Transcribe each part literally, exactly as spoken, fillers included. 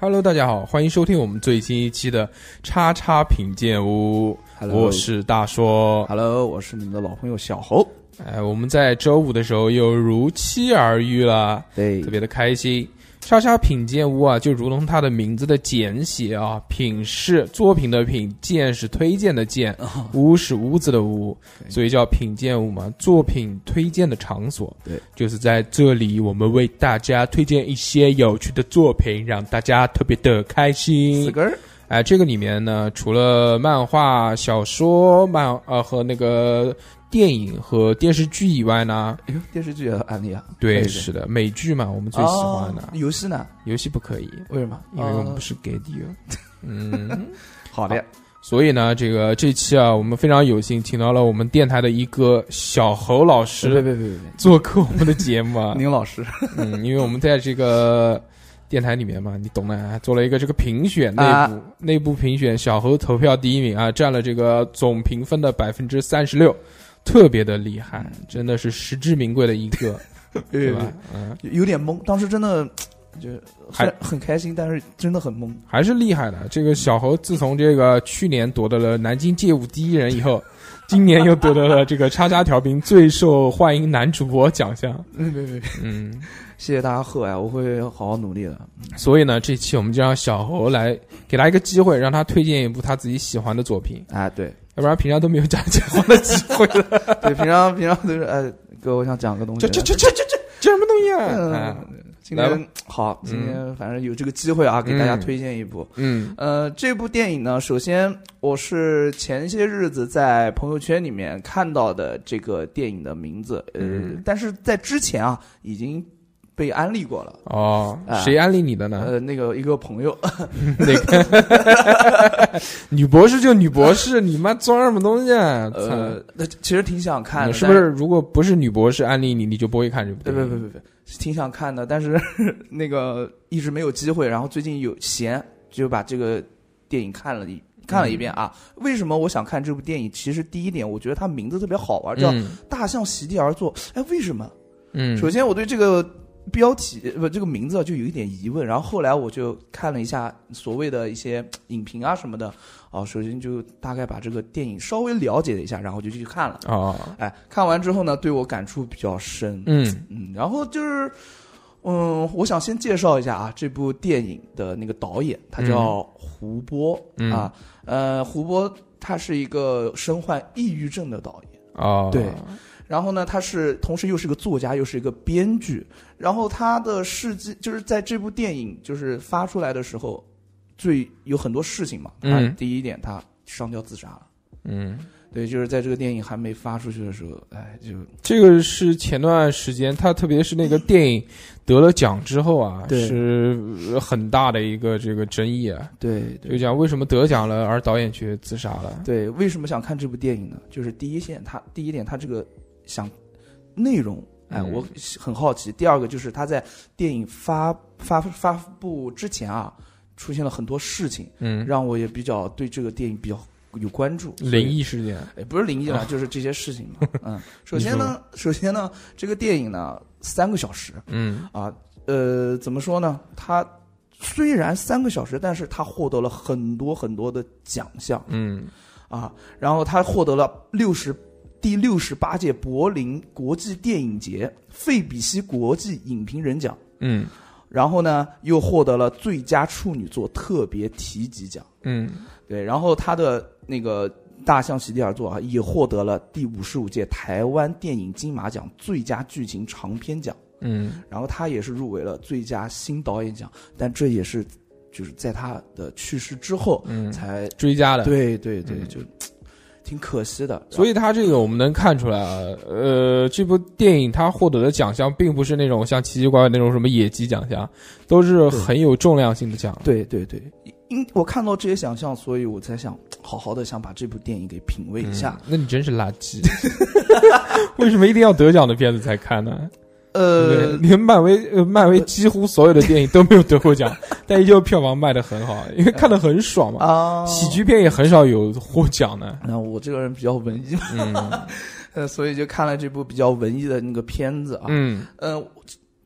Hello， 大家好，欢迎收听我们最新一期的叉叉品鉴屋。 Hello， 我是大说。 Hello， 我是你们的老朋友小侯。 哎，我们在周五的时候又如期而遇了， 对， 特别的开心。叉叉品鉴屋啊，就如同它的名字的简写啊，品是作品的品，鉴是推荐的鉴，屋是屋子的屋，所以叫品鉴屋嘛，作品推荐的场所。 对， 就是在这里，我们为大家推荐一些有趣的作品，让大家特别的开心。 四根儿。 哎，这个里面呢，除了漫画、小说、漫呃和那个电影和电视剧以外呢， 哎呦，电视剧也有案例啊？ 对，是的，美剧嘛，我们最喜欢的。 哦、游戏呢？ 游戏不可以， 为什么？ 因为我们不是 gay 的。嗯， 好的。 所以呢，这个这期啊，我们非常有幸请到了我们电台的一个小侯老师， 别别别别别， 做客我们的节目啊。 宁老师， 嗯，因为我们在这个电台里面嘛，你懂的，做了一个这个评选，内部、啊、内部评选，小侯投票第一名啊，占了这个总评分的百分之三十六，特别的厉害，真的是实至名归的一个，对吧？嗯， 有点懵，当时真的就还很开心，但是真的很懵， 还是厉害的。这个小侯自从这个去年夺得了南京街舞第一人以后。今年又夺得了这个叉叉调频最受欢迎男主播奖项。 嗯，别别别，嗯，谢谢大家贺爱，我会好好努力的。 所以呢，这期我们就让小侯来给他一个机会，让他推荐一部他自己喜欢的作品。 哎，对， 要不然平常都没有讲讲话的机会了。 对，平常平常都是哎，哥，我想讲个东西。 这这这这这这这什么东西啊？ 嗯啊今天好，今天反正有这个机会啊，嗯、给大家推荐一部。 嗯， 呃，这部电影呢，首先我是前些日子在朋友圈里面看到的这个电影的名字，呃， 嗯、 但是在之前啊已经被安利过了。 哦，呃、谁安利你的呢？ 呃，那个一个朋友， 哪个？女博士就女博士，你妈装什么东西啊？ 呃，那其实挺想看的， 是不是？如果不是女博士安利你，你就不会看这部电影？ 对，不不不不。挺想看的，但是那个一直没有机会，然后最近有闲，就把这个电影看了一看了一遍啊。嗯、为什么我想看这部电影？其实第一点，我觉得它名字特别好玩，叫《大象席地而坐》。哎，为什么？ 嗯， 首先我对这个标题不这个名字就有一点疑问，然后后来我就看了一下所谓的一些影评啊什么的。哦，首先就大概把这个电影稍微了解了一下，然后就去看了。 哦， 哎，看完之后呢，对我感触比较深。 嗯嗯，然后就是，嗯，我想先介绍一下啊，这部电影的那个导演，他叫胡波、 嗯、 啊。呃，胡波他是一个身患抑郁症的导演。 哦， 对。然后呢，他是同时又是个作家，又是一个编剧。然后他的事迹就是在这部电影就是发出来的时候。最有很多事情嘛，他第一点他上吊自杀了， 嗯， 对，就是在这个电影还没发出去的时候，哎，就这个是前段时间他特别是那个电影得了奖之后啊，是很大的一个这个争议啊， 对， 就讲为什么得奖了而导演却自杀了？ 对，为什么想看这部电影呢？就是第一线，他第一点他这个想内容。哎，我很好奇。第二个就是他在电影发发发布之前啊。出现了很多事情， 嗯， 让我也比较对这个电影比较有关注。 灵异事件， 哎，不是灵异了，哦、就是这些事情嘛。嗯，首先呢，首先呢，这个电影呢三个小时， 嗯啊，呃，怎么说呢？它虽然三个小时，但是它获得了很多很多的奖项， 嗯， 啊，然后它获得了六十第六十八届柏林国际电影节费比西国际影评人奖， 嗯。 然后呢，又获得了最佳处女作特别提及奖。 嗯， 对。然后他的那个《大象席地而坐》啊，也获得了第五十五届台湾电影金马奖最佳剧情长片奖。 嗯， 然后他也是入围了最佳新导演奖，但这也是就是在他的去世之后才、 嗯、追加的。 对对对， 嗯、 就。挺可惜的， 所以他这个我们能看出来啊，呃，这部电影他获得的奖项并不是那种像奇奇怪怪那种什么野鸡奖项，都是很有重量性的奖。 对对对，因我看到这些奖项，所以我才想好好的想把这部电影给品味一下。 嗯、那你真是垃圾，为什么一定要得奖的片子才看呢？ 呃， 连漫威呃漫威几乎所有的电影都没有得过奖，但依旧票房卖得很好，因为看得很爽嘛。 啊， 喜剧片也很少有获奖的。 那我这个人比较文艺嘛， 嗯， 呃，所以就看了这部比较文艺的那个片子啊。 嗯， 呃，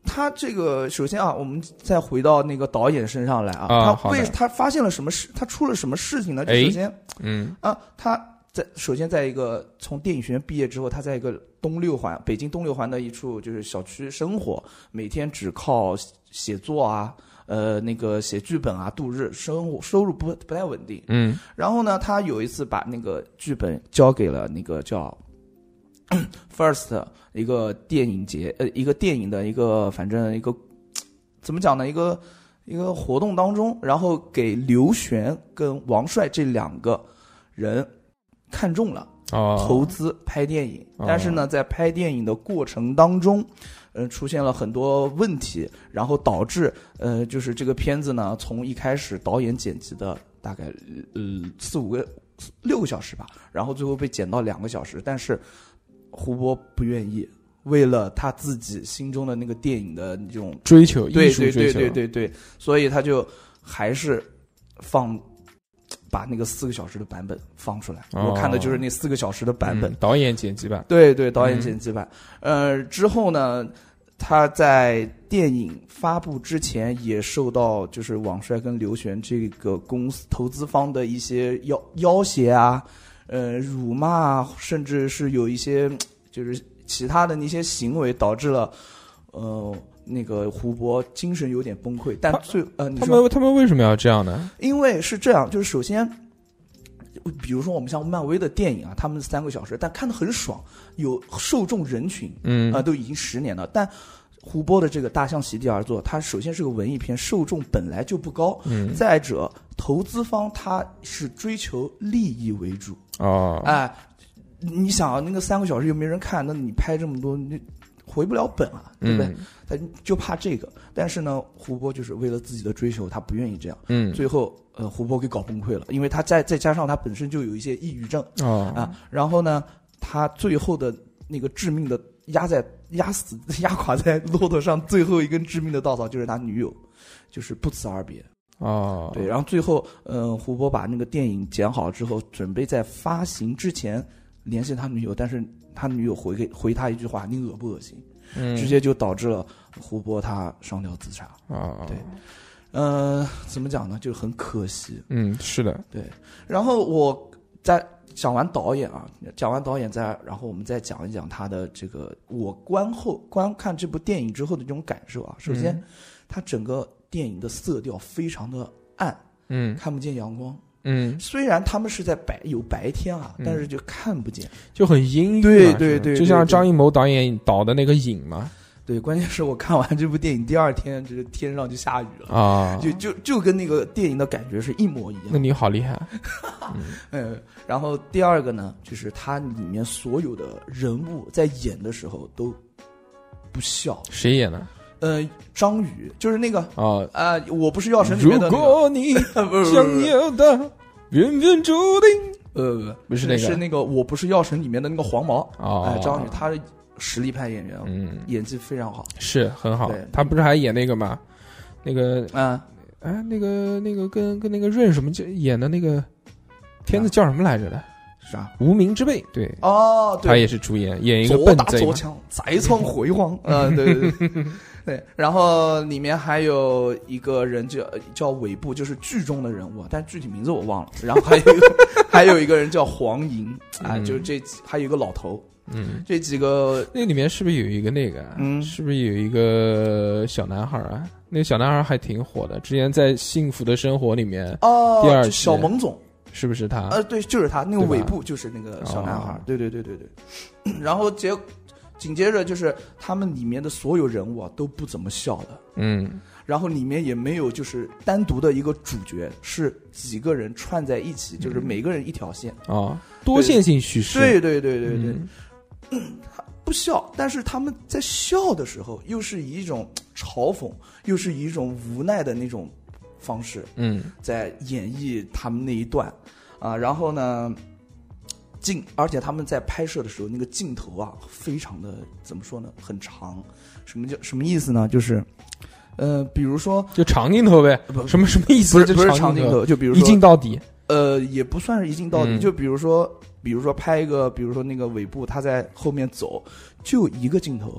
他这个首先啊，我们再回到那个导演身上来啊， 啊他为他发现了什么事？他出了什么事情呢？就首先， 嗯啊，他在首先在一个从电影学院毕业之后，他在一个东六环北京东六环的一处就是小区生活，每天只靠写作啊，呃，那个写剧本啊度日，生活收入不不太稳定。 嗯， 然后呢，他有一次把那个剧本交给了那个叫。First 一个电影节，呃，一个电影的一个，反正一个怎么讲呢？一个一个活动当中，然后给刘璇跟王帅这两个人看中了， 哦， 投资拍电影。 哦、 但是呢，在拍电影的过程当中，嗯、呃，出现了很多问题，然后导致呃，就是这个片子呢，从一开始导演剪辑的大概呃四五个六个小时吧，然后最后被剪到两个小时，但是。胡波不愿意，为了他自己心中的那个电影的这种追求，艺术追求， 对对对对对对，所以他就还是放把那个四个小时的版本放出来。哦、我看的就是那四个小时的版本， 嗯、导演剪辑版。 对对，导演剪辑版。嗯、呃，之后呢，他在电影发布之前也受到就是网帅跟刘璇这个公司投资方的一些要要挟啊。呃，辱骂，甚至是有一些就是其他的那些行为，导致了呃那个胡波精神有点崩溃。但最呃，你说他们他们为什么要这样呢？ 因为是这样，就是首先，比如说我们像漫威的电影啊，他们三个小时，但看得很爽，有受众人群， 嗯啊、呃，都已经十年了，但。胡波的这个《大象席地而坐》，它首先是个文艺片，受众本来就不高。 嗯， 再者，投资方他是追求利益为主。 哦， 哎，你想啊，那个三个小时又没人看，那你拍这么多，你回不了本啊，对不对？ 嗯、 他就怕这个。但是呢，胡波就是为了自己的追求，他不愿意这样。 嗯， 最后呃，胡波给搞崩溃了，因为他再再加上他本身就有一些抑郁症。 哦啊，然后呢，他最后的那个致命的。压在压死压垮在骆驼上最后一根致命的稻草就是他女友，就是不辞而别。 哦， 对，然后最后，呃，胡波把那个电影剪好之后，准备在发行之前联系他女友，但是他女友回给回他一句话：“你恶不恶心？” 嗯， 直接就导致了胡波他上吊自杀。 啊、哦， 对，呃，怎么讲呢？就很可惜。 嗯，是的， 对。然后我在。讲完导演啊，讲完导演再，然后我们再讲一讲他的这个我观后观看这部电影之后的这种感受啊。首先，嗯、他整个电影的色调非常的暗， 嗯， 看不见阳光， 嗯， 虽然他们是在白有白天啊，嗯、但是就看不见， 就很阴郁， 对对 对, 对， 就像张艺谋导演导的那个影嘛。 对，关键是我看完这部电影第二天，这个天上就下雨了啊， 就就就跟那个电影的感觉是一模一样。 那你好厉害， 嗯，嗯，然后第二个呢，就是它里面所有的人物在演的时候都不笑。 谁演的？ 呃，张宇，就是那个啊啊、呃，我不是药神里面的、那个。如果你想要的缘分注定， 呃， 不是那个， 是那个我不是药神里面的那个黄毛啊、 呃，张宇他。实力派演员， 嗯， 演技非常好， 是很好。他不是还演那个吗？那个啊， 哎，那个那个跟跟那个润什么演的那个片子叫什么来着的？ 啥？ 无名之辈。对， 哦，对， 他也是主演，演一个笨贼， 左打左枪，再创辉煌。嗯，对对对对。然后里面还有一个人叫叫尾部，就是剧中的人物，但具体名字我忘了。然后还有一个还有一个人叫黄莹啊，就是这还有一个老头。 嗯， 这几个那里面是不是有一个那个？ 嗯， 是不是有一个小男孩啊？那个小男孩还挺火的，之前在《幸福的生活》里面哦， 第二小萌总是不是他？ 呃，对，就是他。那个尾部就是那个小男孩。对对对对对。然后接紧接着就是他们里面的所有人物啊都不怎么笑的。 嗯。 然后里面也没有就是单独的一个主角，是几个人串在一起，就是每个人一条线啊、哦，多线性叙事。 对对对对对。 嗯嗯，不笑，但是他们在笑的时候，又是以一种嘲讽，又是以一种无奈的那种方式， 嗯， 在演绎他们那一段啊。然后呢，镜，而且他们在拍摄的时候，那个镜头啊，非常的怎么说呢，很长。什么叫什么意思呢？就是，呃，比如说， 就长镜头呗，什么什么意思？ 不是不是长镜头，就比如说一镜到底。 呃，也不算是一镜到底， 嗯、 就比如说。比如说拍一个，比如说那个尾部他在后面走，就一个镜头，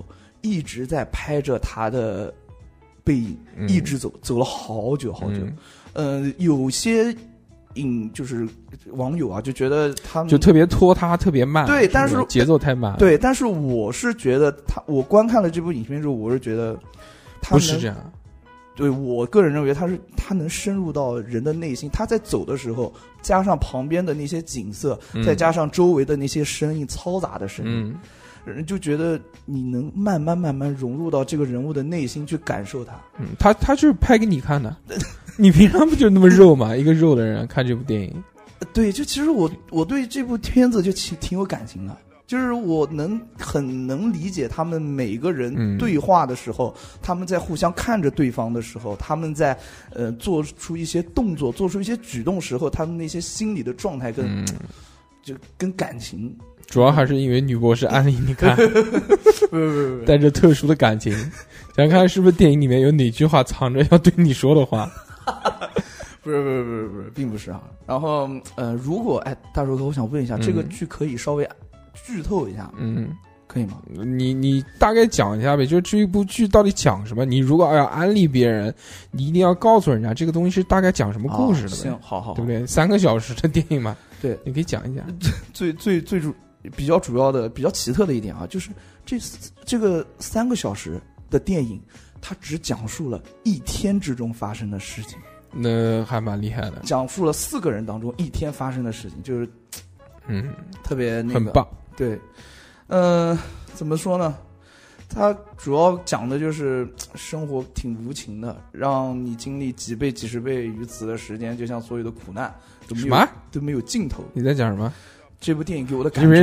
一直在拍着他的背影， 嗯、 一直走，走了好久好久。嗯、呃，有些影就是网友啊，就觉得他们就特别拖沓，特别慢， 对，但是节奏太慢。 对，但是我是觉得他，我观看了这部影片之后，我是觉得他不是这样。 对，我个人认为他是他能深入到人的内心。他在走的时候，加上旁边的那些景色， 嗯、 再加上周围的那些声音，嘈杂的声音， 嗯、 人就觉得你能慢慢慢慢融入到这个人物的内心去感受他。 嗯，他他就是拍给你看的。你平常不就那么肉吗？一个肉的人看这部电影， 对，就其实我我对这部片子就挺挺有感情的。就是我能很能理解他们每个人对话的时候，嗯、他们在互相看着对方的时候，他们在呃做出一些动作、做出一些举动时候，他们那些心理的状态跟、嗯、就跟感情。 主要还是因为女博士安利你看，带着特殊的感情，想看是不是电影里面有哪句话藏着要对你说的话。 不是不是不是不是，并不是啊。然后呃，如果哎，大叔哥，我想问一下，嗯、这个剧可以稍微剧透一下， 嗯， 可以吗？ 你你大概讲一下呗，就这一部剧到底讲什么？你如果要安利别人，你一定要告诉人家这个东西是大概讲什么故事的呗。 行，好好， 对不对？三个小时的电影嘛， 对， 你可以讲一讲。 最最最主比较主要的、比较奇特的一点啊，就是这这个三个小时的电影，它只讲述了一天之中发生的事情。 那还蛮厉害的， 讲述了四个人当中一天发生的事情，就是， 嗯， 特别那个， 很棒。 对，呃，怎么说呢？它主要讲的就是生活挺无情的，让你经历几倍、几十倍于此的时间，就像所有的苦难都没有什么都没有尽头。 你在讲什么？ 这部电影给我的感觉，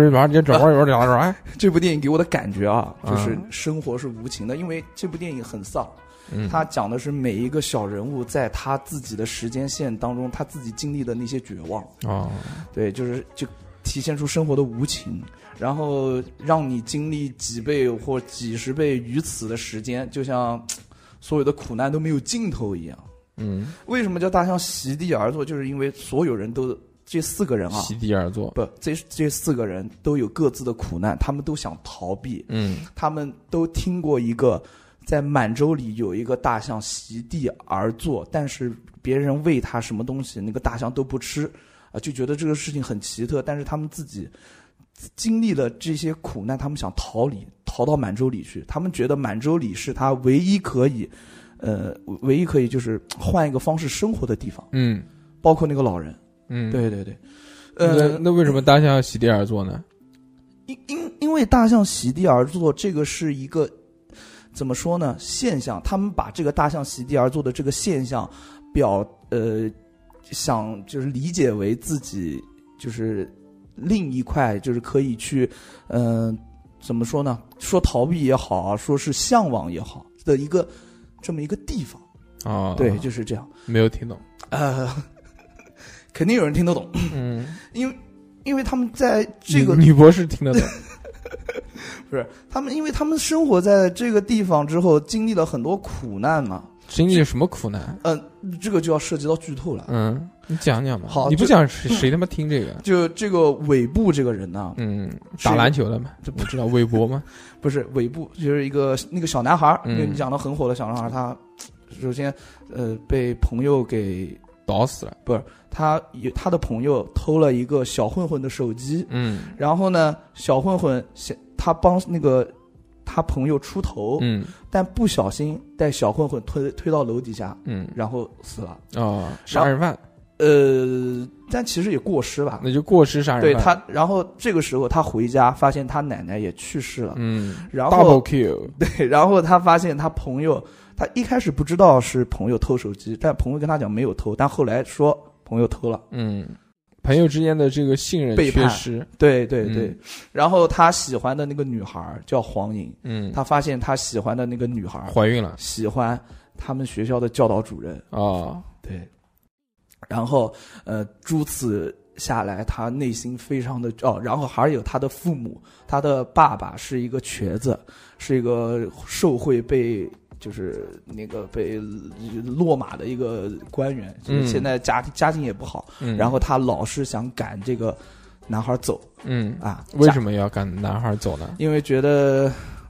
这部电影给我的感觉啊，就是生活是无情的，因为这部电影很丧。他讲的是每一个小人物在他自己的时间线当中，他自己经历的那些绝望。 哦， 对，就是就体现出生活的无情，然后让你经历几倍或几十倍于此的时间，就像所有的苦难都没有尽头一样。 嗯， 为什么叫大象席地而坐？就是因为所有人都这四个人啊， 席地而坐。 不，这这四个人都有各自的苦难，他们都想逃避。 嗯， 他们都听过一个。在满洲里有一个大象席地而坐，但是别人喂他什么东西，那个大象都不吃，啊，就觉得这个事情很奇特。但是他们自己经历了这些苦难，他们想逃离，逃到满洲里去。他们觉得满洲里是他唯一可以，呃，唯一可以就是换一个方式生活的地方。 嗯， 包括那个老人。 嗯， 对对对。呃， 那那为什么大象要席地而坐呢？ 因因因为大象席地而坐，这个是一个。怎么说呢？现象，他们把这个大象席地而坐的这个现象表呃，想就是理解为自己就是另一块，就是可以去嗯、呃，怎么说呢？说逃避也好，说是向往也好的一个这么一个地方啊。 对，就是这样。 没有听懂。 呃，肯定有人听得懂。 嗯， 因为因为他们在这个女博士听得懂。 不是他们，因为他们生活在这个地方之后，经历了很多苦难嘛。 经历了什么苦难？ 嗯、呃，这个就要涉及到剧透了。 嗯，你讲讲吧。 好， 你不讲谁谁他妈听这个？ 就这个尾部这个人呢？ 嗯，打篮球的嘛，我知道韦伯吗？ 不是尾部，就是一个那个小男孩， 嗯、 就你讲的很火的小男孩，他首先呃被朋友给搞死了， 不是他有他的朋友偷了一个小混混的手机， 嗯， 然后呢，小混混他帮那个他朋友出头， 嗯， 但不小心带小混混推推到楼底下， 嗯， 然后死了。 哦，杀人犯。 呃，但其实也过失吧， 那就过失杀人犯。对他，然后这个时候他回家发现他奶奶也去世了， 嗯， 然后 double kill， 对，然后他发现他朋友，他一开始不知道是朋友偷手机，但朋友跟他讲没有偷，但后来说朋友偷了， 嗯，朋友之间的这个信任缺失， 对对对、嗯，然后他喜欢的那个女孩叫黄颖， 嗯， 他发现他喜欢的那个女孩怀孕了， 喜欢他们学校的教导主任， 哦， 对。然后，呃，诸此下来，他内心非常的哦，然后还有他的父母，他的爸爸是一个瘸子，是一个受贿被就是那个被落马的一个官员，就是现在家家境也不好， 嗯， 然后他老是想赶这个男孩走， 嗯啊， 为什么要赶男孩走呢？ 因为觉得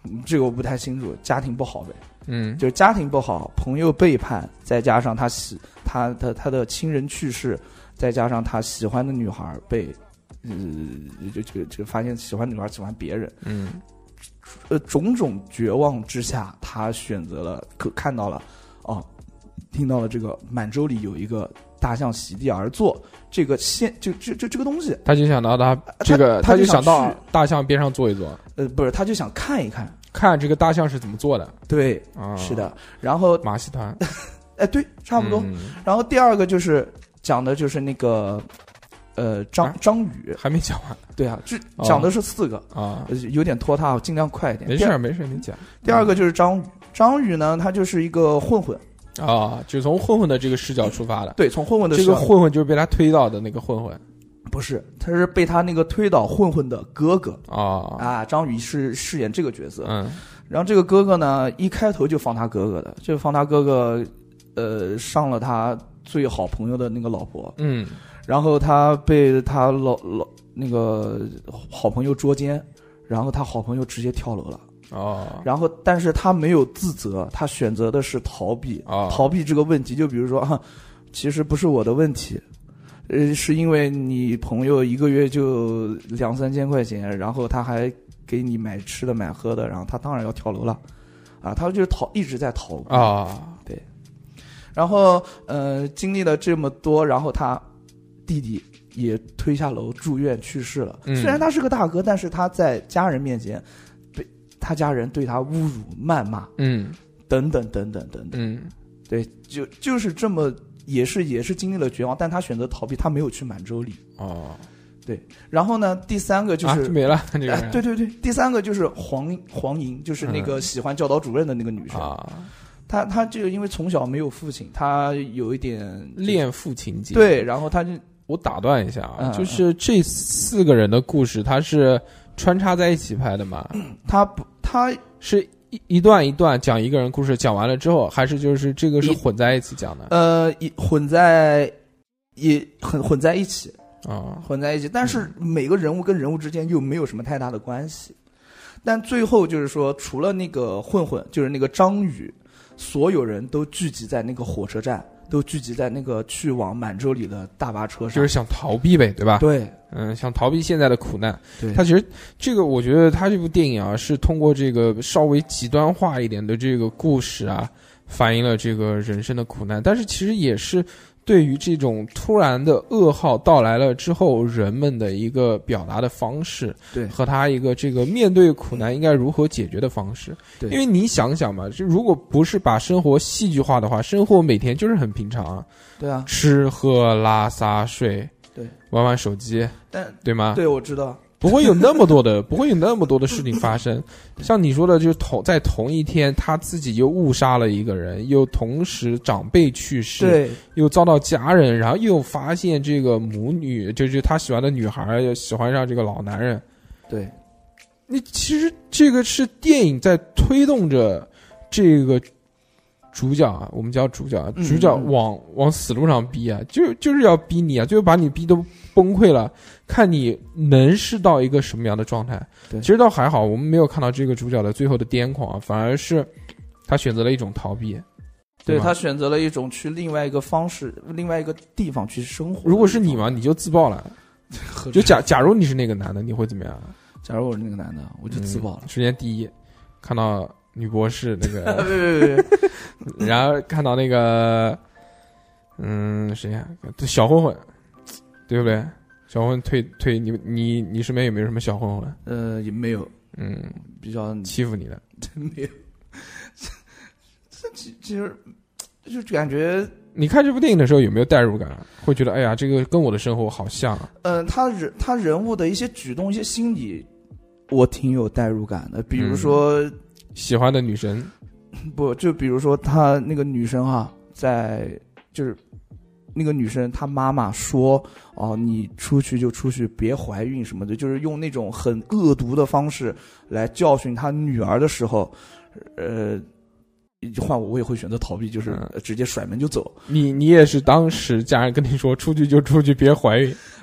这个我不太清楚，家庭不好呗。 嗯， 就是家庭不好，朋友背叛，再加上他喜他的他的亲人去世，再加上他喜欢的女孩被，呃，就就就发现喜欢女孩喜欢别人， 嗯， 呃，种种绝望之下，他选择了可看到了，哦，听到了这个满洲里有一个大象席地而坐，这个现就就就这个东西， 他就想到他这个， 他就想到去大象边上坐一坐， 呃，不是，他就想看一看。 看这个大象是怎么做的， 对， 啊、 是的，然后马戏团， 哎，对，差不多。 嗯、 然后第二个就是讲的就是那个，呃，张、啊、张宇还没讲完， 对啊，这讲的是四个啊、 哦，有点拖沓，尽量快一点。 没事没事，你讲。 第二个就是张宇，张宇呢，他就是一个混混啊，就从混混的这个视角出发的。 对，从混混的这个混混就是被他推倒的那个混混。 不是，他是被他那个推倒混混的哥哥啊、哦、 啊！张宇是饰演这个角色， 嗯， 然后这个哥哥呢，一开头就放他哥哥的，就放他哥哥，呃，上了他最好朋友的那个老婆， 嗯， 然后他被他老老那个好朋友捉奸，然后他好朋友直接跳楼了， 哦， 然后但是他没有自责，他选择的是逃避， 哦、 逃避这个问题，就比如说啊，其实不是我的问题。呃，是因为你朋友一个月就两三千块钱，然后他还给你买吃的买喝的，然后他当然要跳楼了，啊，他就逃，一直在逃啊、哦， 对，然后呃，经历了这么多，然后他弟弟也推下楼住院去世了。 嗯、 虽然他是个大哥，但是他在家人面前被他家人对他侮辱、谩骂， 嗯， 等等等等等等， 嗯， 对，就就是这么。也是也是经历了绝望，但他选择逃避，他没有去满洲里。 哦， 对。然后呢，第三个就是、 啊、就没了。这个、 哎，对对对，第三个就是黄黄莹，就是那个喜欢教导主任的那个女生。 啊、 嗯，她她就因为从小没有父亲，她有一点恋父情节。 对，然后她就我打断一下啊， 嗯、 就是这四个人的故事，它是穿插在一起拍的吗？ 他不，他是。一一段一段讲一个人故事，讲完了之后，还是就是这个是混在一起讲的？ 呃，混在也很混在一起啊， 混在一起。但是每个人物跟人物之间又没有什么太大的关系。但最后就是说，除了那个混混，就是那个张宇，所有人都聚集在那个火车站，都聚集在那个去往满洲里的大巴车上， 就是想逃避呗，对吧？ 对。 嗯，想逃避现在的苦难。 对， 他其实这个，我觉得他这部电影啊，是通过这个稍微极端化一点的这个故事啊，反映了这个人生的苦难。但是其实也是对于这种突然的噩耗到来了之后，人们的一个表达的方式， 对， 和他一个这个面对苦难应该如何解决的方式。 对， 因为你想想嘛，就如果不是把生活戏剧化的话，生活每天就是很平常啊。 对啊， 吃喝拉撒睡。 对， 玩玩手机， 但对吗？ 对，我知道， 不会有那么多的，不会有那么多的事情发生。像你说的，就同在同一天，他自己又误杀了一个人，又同时长辈去世， 对， 又遭到家人，然后又发现这个母女，就是他喜欢的女孩又喜欢上这个老男人。 对， 你其实这个是电影在推动着这个。主角啊，我们叫主角，主角往、嗯、往死路上逼啊，就就是要逼你啊，就把你逼都崩溃了，看你能是到一个什么样的状态。 对， 其实倒还好，我们没有看到这个主角的最后的癫狂，反而是他选择了一种逃避。 对，他选择了一种去另外一个方式、另外一个地方去生活。 如果是你嘛，你就自爆了。就假假如你是那个男的，你会怎么样？ 假如我是那个男的，我就自爆了。 嗯、首先第一，看到女博士那个， 别别别。 然后看到那个，嗯，谁呀、啊？小混混，对不对？小混混退退，你你你身边有没有什么小混混？ 呃，也没有， 嗯， 比较欺负你的， 没有。这其其实就感觉， 你看这部电影的时候有没有代入感？会觉得，哎呀，这个跟我的生活好像啊。 嗯、呃，他人他人物的一些举动、一些心理，我挺有代入感的。比如说， 嗯、喜欢的女神。 不，就比如说他那个女生啊，在就是那个女生，她妈妈说：“哦，你出去就出去，别怀孕什么的。”就是用那种很恶毒的方式来教训她女儿的时候，呃，换我我也会选择逃避，就是直接甩门就走。 你你也是当时家人跟你说出去就出去，别怀孕。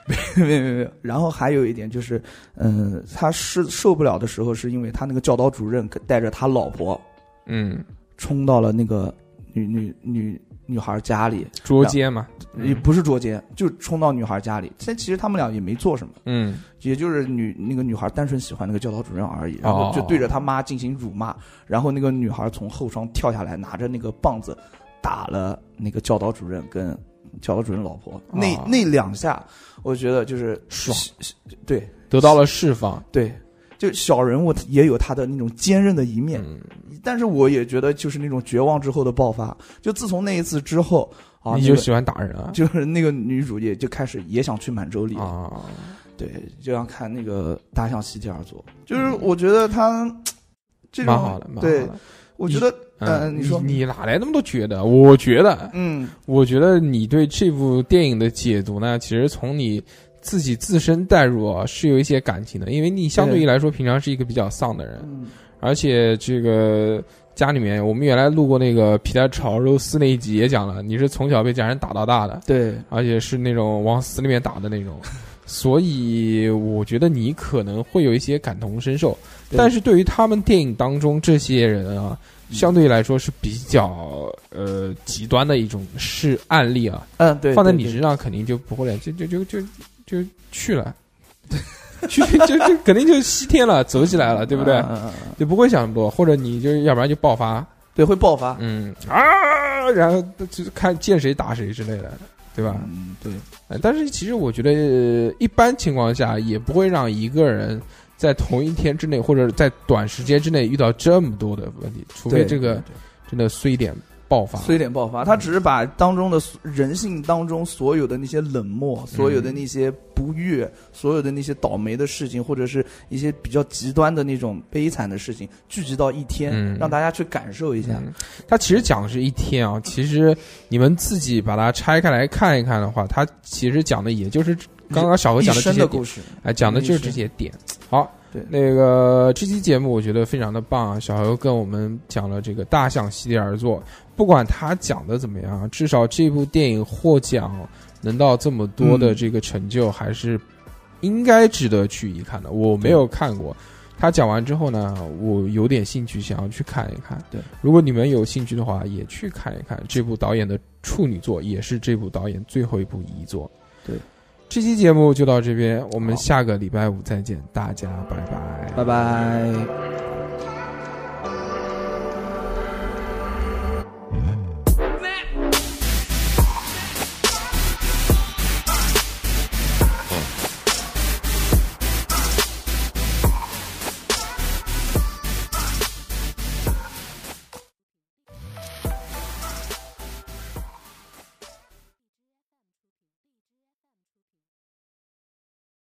没有没有没有。然后还有一点就是，嗯、呃，他是受不了的时候，是因为他那个教导主任带着他老婆， 嗯， 冲到了那个女女女女孩家里捉奸嘛， 也不是捉奸，就冲到女孩家里。但其实他们俩也没做什么， 嗯， 也就是女那个女孩单纯喜欢那个教导主任而已，然后就对着他妈进行辱骂，然后那个女孩从后窗跳下来，拿着那个棒子打了那个教导主任跟教导主任老婆。那那两下，我觉得就是爽， 对， 得到了释放， 对。就小人物也有他的那种坚韧的一面， 嗯、 但是我也觉得就是那种绝望之后的爆发。就自从那一次之后啊， 你就喜欢打人啊？ 就是那个女主也就开始也想去满洲里啊， 对，就想看那个《大象席地而坐》，就是我觉得他、嗯、这种蛮好的，蛮好的。 对，我觉得， 嗯、 呃，你说你你哪来那么多觉得？我觉得， 嗯， 我觉得你对这部电影的解读呢，其实从你自己自身代入啊，是有一些感情的，因为你相对于来说平常是一个比较丧的人， 嗯、 而且这个家里面，我们原来录过那个皮蛋炒肉丝那一集也讲了，你是从小被家人打到大的， 对， 而且是那种往死里面打的那种，所以我觉得你可能会有一些感同身受，但是对于他们电影当中这些人啊，相对来说是比较呃极端的一种是案例啊， 嗯，对， 放在你身上肯定就不会了，就就就就就去了，去就就肯定就西天了，走起来了，对不对？ 嗯嗯嗯、 就不会想那么多，或者你就要不然就爆发， 对，会爆发， 嗯啊，然后就看见谁打谁之类的，对吧？ 嗯，对。 但是其实我觉得，呃、一般情况下也不会让一个人在同一天之内或者在短时间之内遇到这么多的问题，除非这个真的衰点爆发， 衰点爆发，他只是把当中的人性当中所有的那些冷漠，所有的那些不悦，所有的那些倒霉的事情，或者是一些比较极端的那种悲惨的事情，聚集到一天， 嗯、 让大家去感受一下。 嗯、他其实讲的是一天啊，其实你们自己把它拆开来看一看的话，他其实讲的也就是刚刚小何讲的这些故事， 哎，讲的就是这些点。好。 对， 那个这期节目我觉得非常的棒啊！小何跟我们讲了这个大象席地而坐，不管他讲的怎么样，至少这部电影获奖能到这么多的这个成就，还是应该值得去一看的。我没有看过，他讲完之后呢，我有点兴趣想要去看一看。 对， 如果你们有兴趣的话，也去看一看这部导演的处女作，也是这部导演最后一部遗作。 对。 这期节目就到这边，我们下个礼拜五再见，大家拜拜， 拜拜。